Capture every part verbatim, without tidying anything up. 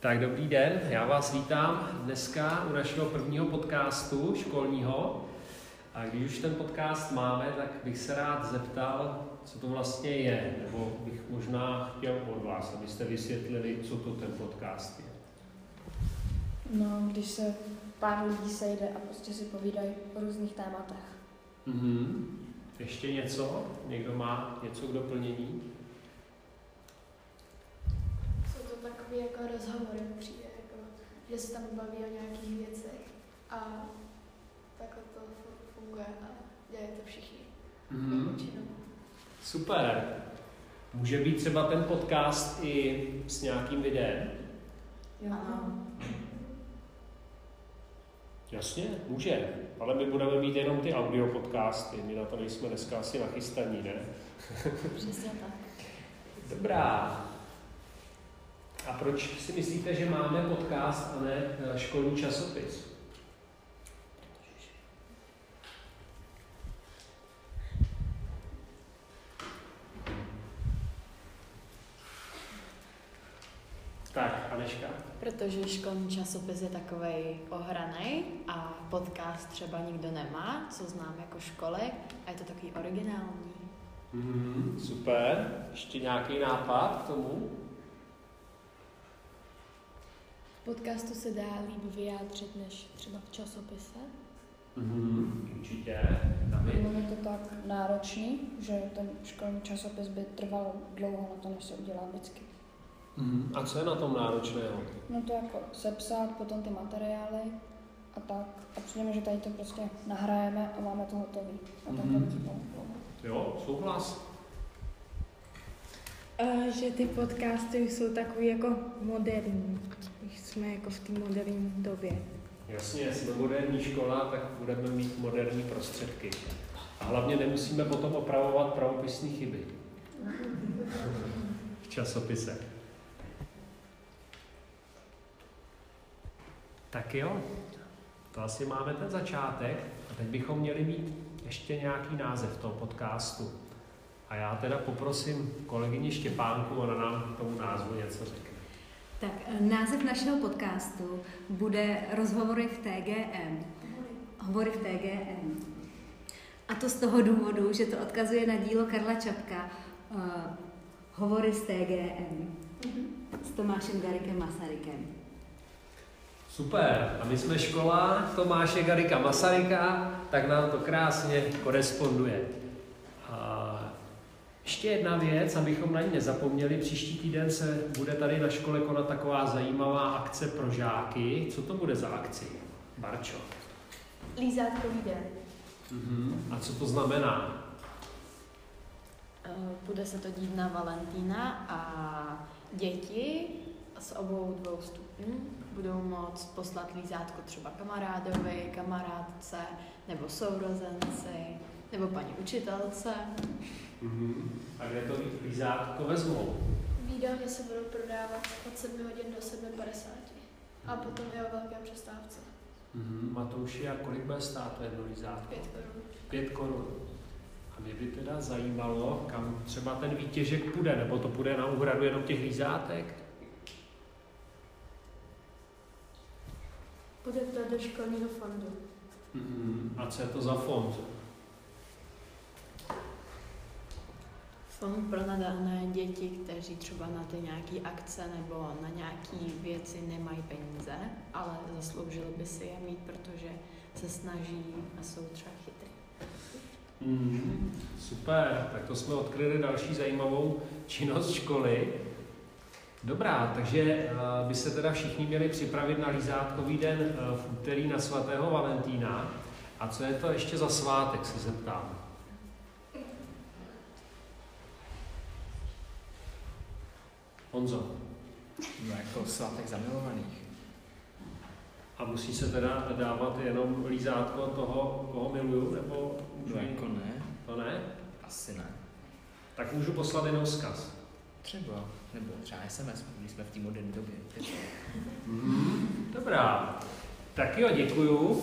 Tak dobrý den, já vás vítám dneska u našeho prvního podcastu školního. A když už ten podcast máme, tak bych se rád zeptal, co to vlastně je, nebo bych možná chtěl od vás, abyste vysvětlili, co to ten podcast je. No, když se pár lidí sejde a prostě si povídají o různých tématech. Mhm. Ještě něco? Někdo má něco k doplnění? Jsou to takové jako rozhovory, přijde, jako, že se tam baví o nějakých věcech a takhle to funguje a dělají to všichni. Mhm. Super. Může být třeba ten podcast i s nějakým videem? Jo. Ano. Jasně, může, ale my budeme mít jenom ty audio podcasty, my na to nejsme dneska asi nachystaní, ne? Přesně tak. Dobrá. A proč si myslíte, že máme podcast a ne školní časopis? Tak, Aneška. Protože školní časopis je takovej ohranej a podcast třeba nikdo nemá, co znám jako školy, a je to takový originální. Mm, super. Ještě nějaký nápad k tomu? V podcastu se dá líp vyjádřit než třeba v časopise. Mm, určitě. David? No, je to tak náročný, že ten školní časopis by trval dlouho na to, než se udělá vždycky. Mm, a co je na tom náročného? No to jako sepsat, potom ty materiály a tak. A přijde mi, že tady to prostě nahrajeme a máme to hotový. A tam Mhm. to není dlouho. Jo, souhlas. Uh, že ty podcasty jsou takový jako moderní. Jsme jako v té moderní době. Jasně, jsme moderní škola, tak budeme mít moderní prostředky. A hlavně nemusíme potom opravovat pravopisné chyby v časopise. Tak jo, to asi máme ten začátek. A teď bychom měli mít ještě nějaký název toho podcastu. A já teda poprosím kolegyni Štěpánku, ona nám k tomu názvu něco řekne. Tak název našeho podcastu bude Rozhovory v T G M. Hovory v T G M. A to z toho důvodu, že to odkazuje na dílo Karla Čapka uh, Hovory z T G M s Tomášem Garrigue Masarykem. Super, a my jsme škola Tomáše Garrigua Masaryka, tak nám to krásně koresponduje. A ještě jedna věc, abychom na ní nezapomněli, příští týden se bude tady na škole konat taková zajímavá akce pro žáky. Co to bude za akci? Barčo. Lízátkový den. Mhm. A co to znamená? Bude se to dít na Valentína a děti z obou dvou stupňů budou moct poslat lízátko třeba kamarádovi, kamarádce, nebo sourozenci, nebo paní učitelce. Mhm. A kde to lízátko vezmou? V jídelně se budou prodávat od sedmi hodin do sedmi padesát. A potom i o velké přestávce. Mhm. Matouši, a kolik bude stát to jedno lízátko? Pět korun. Pět korun. A mě by teda zajímalo, kam třeba ten výtěžek půjde, nebo to půjde na úhradu jenom těch lízátek? Bude to do školního fondu. Mm-hmm. A co je to za fond? Fond pro nadané děti, kteří třeba na ty nějaké akce nebo na nějaké věci nemají peníze, ale zasloužili by si je mít, protože se snaží a jsou třeba chytrý. Mm, super, tak to jsme odkryli další zajímavou činnost školy. Dobrá, takže uh, by se teda všichni měli připravit na lízátkový den uh, v úterý na svatého Valentína. A co je to ještě za svátek, se zeptám. Honzo. No jako svátek zamilovaných. A musí se teda dávat jenom lízátko toho, koho miluju, nebo můžu No jako ne, to ne? asi ne. Tak můžu poslat jenom vzkaz. Třeba, nebo třeba S M S, když jsme v té moderní době. Mm, dobrá. Tak jo, děkuju.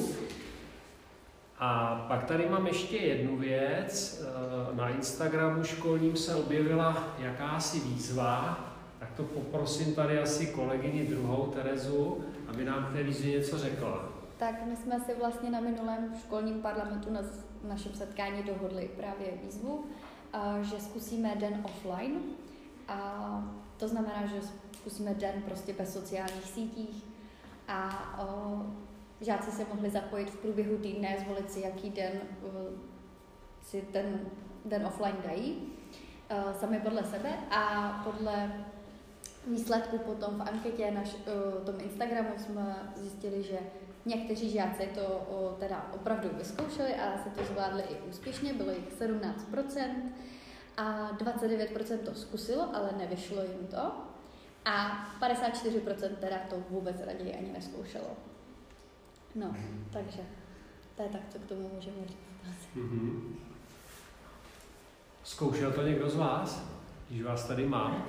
A pak tady mám ještě jednu věc. Na Instagramu školním se objevila jakási výzva, Tak to poprosím tady asi kolegyni druhou Terezu, aby nám k té výzvě něco řekla. Tak my jsme si vlastně na minulém školním parlamentu na našem setkání dohodli právě výzvu, a že zkusíme den offline. A to znamená, že zkusíme den prostě bez sociálních sítích a o, žáci se mohli zapojit v průběhu týdne, zvolit si, jaký den o, si ten den offline dají, o, sami podle sebe a podle výsledku potom v anketě na tom Instagramu jsme zjistili, že někteří žáci to o, teda opravdu vyzkoušeli a se to zvládli i úspěšně, bylo jich sedmnáct procent a dvacet devět procent to zkusilo, ale nevyšlo jim to a padesát čtyři procent teda to vůbec raději ani neskoušelo. No, takže to je tak, co k tomu můžeme říct. Mm-hmm. Zkoušel to někdo z vás, když vás tady mám?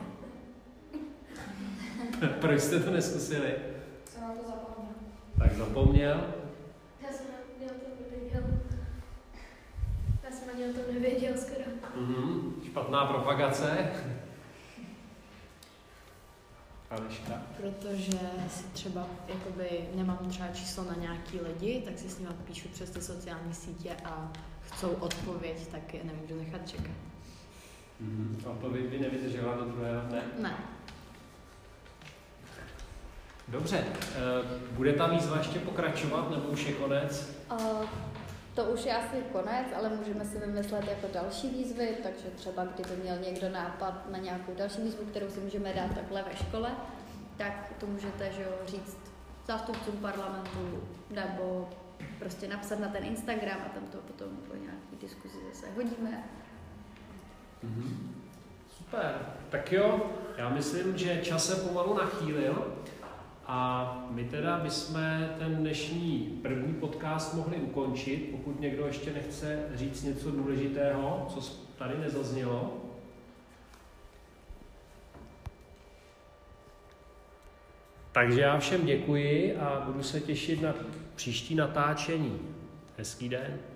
Proč jste to neskusili? Jsem na to zapomněl. Tak zapomněl. Já jsem ani o tom nevěděl. Já jsem ani o tom nevěděl skoro. Mm-hmm. Špatná propagace. Ališka. Protože si třeba, jakoby, nemám třeba číslo na nějaký lidi, tak si s nimi píšu přes ty sociální sítě a chcou odpověď, tak je nemůžu nechat čekat. Mm-hmm. Odpověď by nevydržela do druhého dne? Ne. Dobře, bude ta výzva ještě pokračovat, nebo už je konec? Uh, to už je asi konec, ale můžeme si vymyslet jako další výzvy, takže třeba kdyby měl někdo nápad na nějakou další výzvu, kterou si můžeme dát takhle ve škole, tak to můžete, že jo, říct zástupcům parlamentu nebo prostě napsat na ten Instagram a tam to potom po nějaký diskuzi zase hodíme. Mm-hmm. Super, tak jo, já myslím, že čas se pomalu nachýlil. A my teda bychom ten dnešní první podcast mohli ukončit, pokud někdo ještě nechce říct něco důležitého, co tady nezaznělo. Takže já všem děkuji a budu se těšit na příští natáčení. Hezký den.